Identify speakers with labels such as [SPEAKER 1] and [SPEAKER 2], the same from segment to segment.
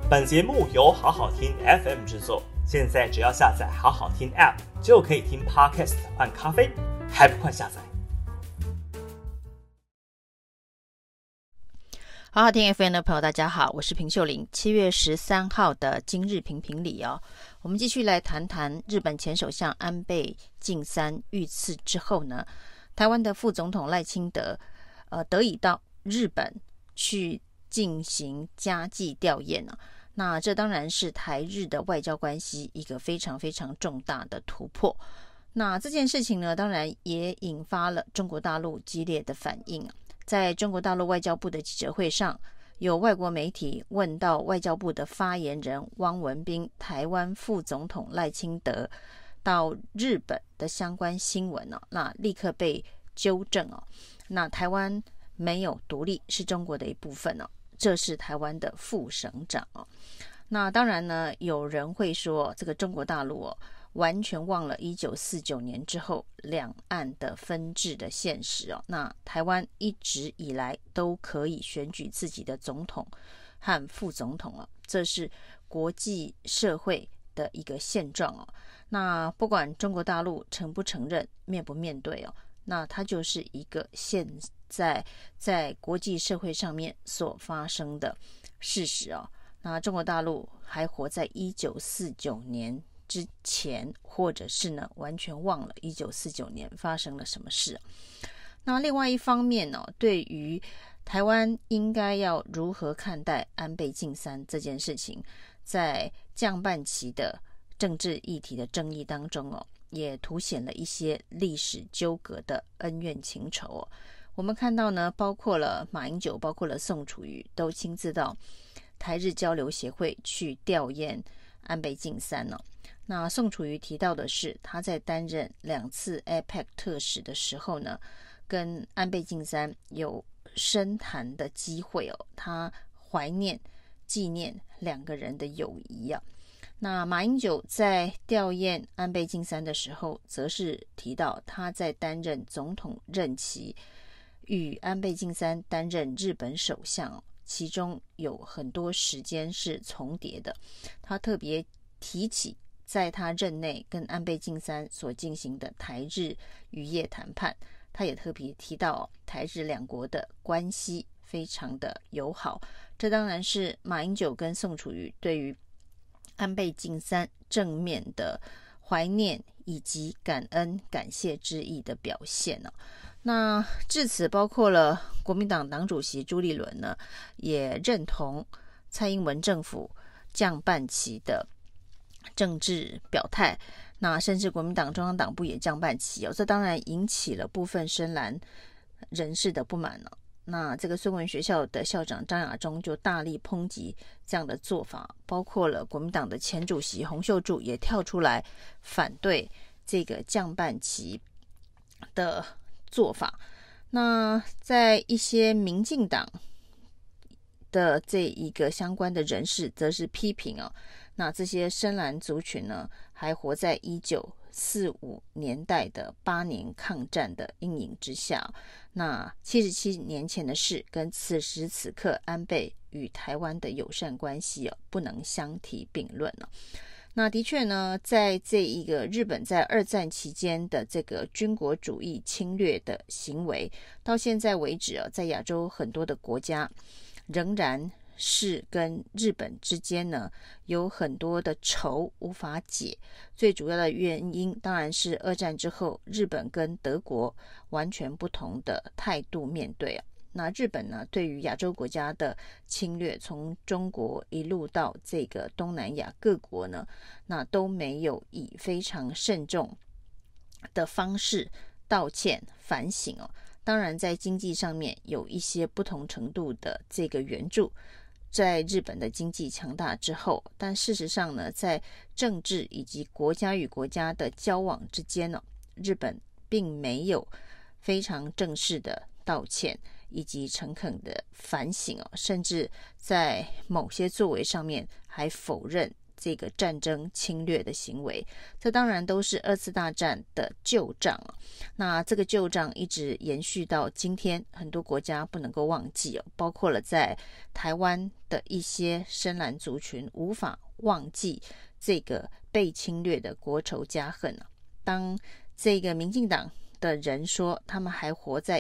[SPEAKER 1] 本节目由好好听 FM 制作，现在只要下载好好听 App 就可以听 Podcast 换咖啡，还不快下载？
[SPEAKER 2] 好好听 FM 的朋友大家好，我是平秀玲。7月13号的今日评评理我们继续来谈谈日本前首相安倍晋三遇刺之后呢，台湾的副总统赖清德得以到日本去进行家祭吊唁那这当然是台日的外交关系一个非常非常重大的突破。那这件事情呢，当然也引发了中国大陆激烈的反应在中国大陆外交部的记者会上，有外国媒体问到外交部的发言人汪文斌台湾副总统赖清德到日本的相关新闻那立刻被纠正那台湾没有独立，是中国的一部分这是台湾的副省长那当然呢，有人会说这个中国大陆完全忘了1949年之后两岸的分治的现实那台湾一直以来都可以选举自己的总统和副总统这是国际社会的一个现状那不管中国大陆承不承认，面不面对那它就是一个现在国际社会上面所发生的事实那中国大陆还活在1949年之前，或者是呢完全忘了1949年发生了什么事那另外一方面对于台湾应该要如何看待安倍晋三这件事情，在降半旗的政治议题的争议当中也凸显了一些历史纠葛的恩怨情仇我们看到呢，包括了马英九，包括了宋楚瑜，都亲自到台日交流协会去吊唁安倍晋三那宋楚瑜提到的是，他在担任2次 APEC 特使的时候呢，跟安倍晋三有深谈的机会他怀念纪念两个人的友谊那马英九在吊唁安倍晋三的时候，则是提到他在担任总统任期与安倍晋三担任日本首相其中有很多时间是重叠的。他特别提起在他任内跟安倍晋三所进行的台日渔业谈判，他也特别提到台日两国的关系非常的友好。这当然是马英九跟宋楚瑜对于安倍晋三正面的怀念以及感恩感谢之意的表现那至此包括了国民党党主席朱立伦呢，也认同蔡英文政府降半旗的政治表态，那甚至国民党中央党部也降半旗这当然引起了部分深蓝人士的不满那这个孙文学校的校长张亚中就大力抨击这样的做法，包括了国民党的前主席洪秀柱也跳出来反对这个降半旗的做法。那在一些民进党的这一个相关的人士则是批评那这些深蓝族群呢，还活在1945年代的8年抗战的阴影之下那77年前的事跟此时此刻安倍与台湾的友善关系不能相提并论那的确呢，在这一个日本在二战期间的这个军国主义侵略的行为，到现在为止在亚洲很多的国家仍然是跟日本之间呢有很多的仇无法解。最主要的原因当然是二战之后日本跟德国完全不同的态度面对那日本呢，对于亚洲国家的侵略，从中国一路到这个东南亚各国呢，那都没有以非常慎重的方式道歉反省当然在经济上面有一些不同程度的这个援助，在日本的经济强大之后，但事实上呢，在政治以及国家与国家的交往之间日本并没有非常正式的道歉以及诚恳的反省甚至在某些作为上面还否认这个战争侵略的行为，这当然都是二次大战的旧账。那这个旧账一直延续到今天，很多国家不能够忘记包括了在台湾的一些深蓝族群无法忘记这个被侵略的国仇家恨当这个民进党的人说他们还活在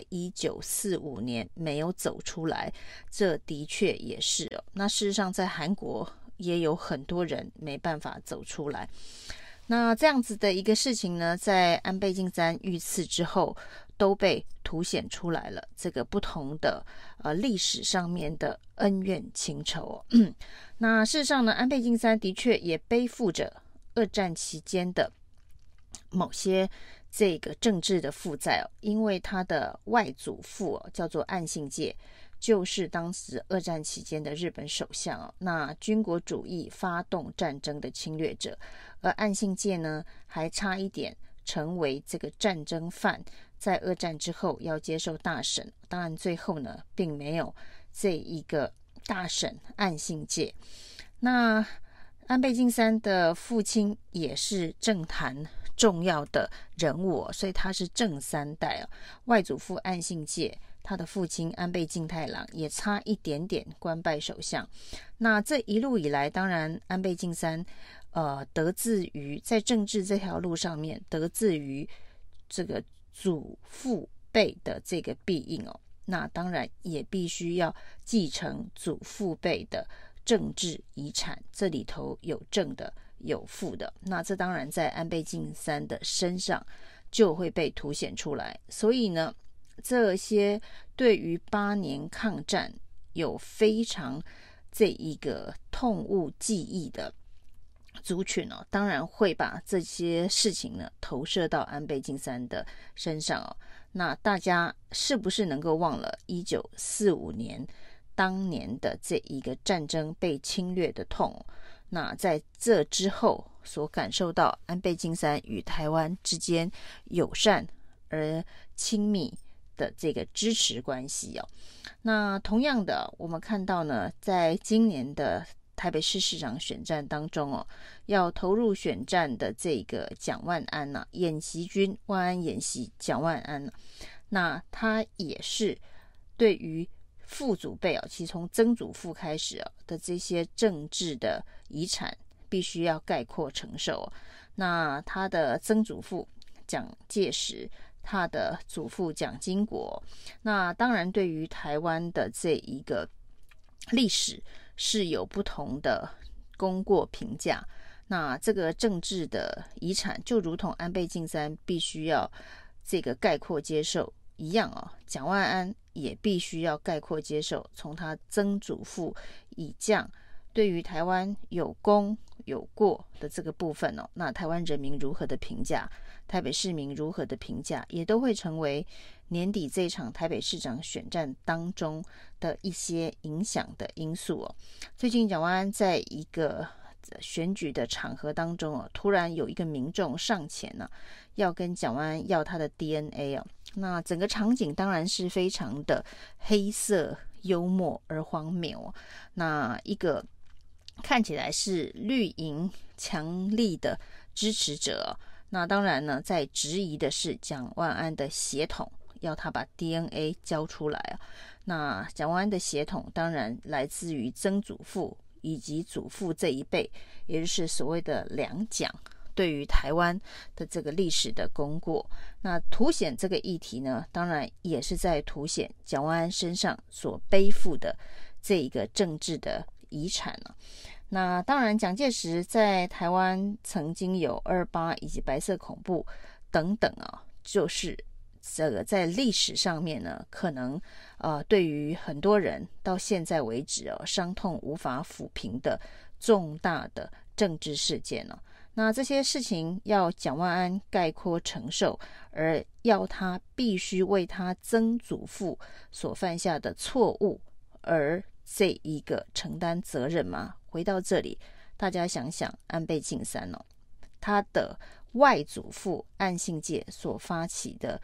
[SPEAKER 2] 1945年没有走出来，这的确也是那事实上在韩国也有很多人没办法走出来。那这样子的一个事情呢，在安倍晋三遇刺之后都被凸显出来了，这个不同的历史上面的恩怨情仇那事实上呢，安倍晋三的确也背负着二战期间的某些这个政治的负债因为他的外祖父叫做岸信介，就是当时二战期间的日本首相那军国主义发动战争的侵略者，而岸信介呢还差一点成为这个战争犯，在二战之后要接受大审，当然最后呢并没有这一个大审岸信介。那安倍晋三的父亲也是政坛重要的人物所以他是正三代外祖父岸信介，他的父亲安倍晋太郎也差一点点官拜首相。那这一路以来，当然安倍晋三得自于在政治这条路上面得自于这个祖父辈的这个庇荫那当然也必须要继承祖父辈的政治遗产，这里头有正的有负的，那这当然在安倍晋三的身上就会被凸显出来。所以呢，这些对于8年抗战有非常这一个痛恶记忆的族群当然会把这些事情呢投射到安倍晋三的身上那大家是不是能够忘了1945年当年的这一个战争被侵略的痛那在这之后所感受到安倍晋三与台湾之间友善而亲密的这个支持关系那同样的我们看到呢，在今年的台北市市长选战当中要投入选战的这个蒋万安演习军万安演习蒋万安那他也是对于父祖辈其实从曾祖父开始的这些政治的遗产必须要概括承受那他的曾祖父蒋介石，他的祖父蒋经国，那当然对于台湾的这一个历史是有不同的功过评价，那这个政治的遗产就如同安倍晋三必须要这个概括接受一样蒋万安也必须要概括接受从他曾祖父以降对于台湾有功有过的这个部分那台湾人民如何的评价，台北市民如何的评价，也都会成为年底这场台北市长选战当中的一些影响的因素最近蒋万安在一个选举的场合当中突然有一个民众上前要跟蒋万安要他的 DNA那整个场景当然是非常的黑色幽默而荒谬那一个看起来是绿营强力的支持者那当然呢，在质疑的是蒋万安的血统，要他把 DNA 交出来那蒋万安的血统当然来自于曾祖父以及祖父这一辈，也就是所谓的两蒋对于台湾的这个历史的功过。那凸显这个议题呢，当然也是在凸显蒋万安身上所背负的这一个政治的遗产那当然蒋介石在台湾曾经有228以及白色恐怖等等就是这个在历史上面呢，可能对于很多人到现在为止伤痛无法抚平的重大的政治事件那这些事情要蒋万安概括承受，而要他必须为他曾祖父所犯下的错误而这一个承担责任吗？回到这里，大家想想安倍晋三他的外祖父岸信介所发起的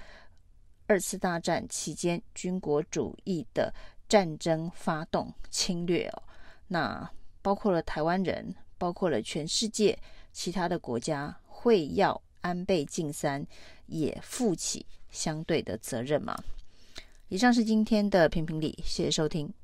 [SPEAKER 2] 2次大战期间军国主义的战争发动侵略那包括了台湾人， 包括了全世界其他的国家会要安倍晋三也负起相对的责任吗？以上是今天的评评理，谢谢收听。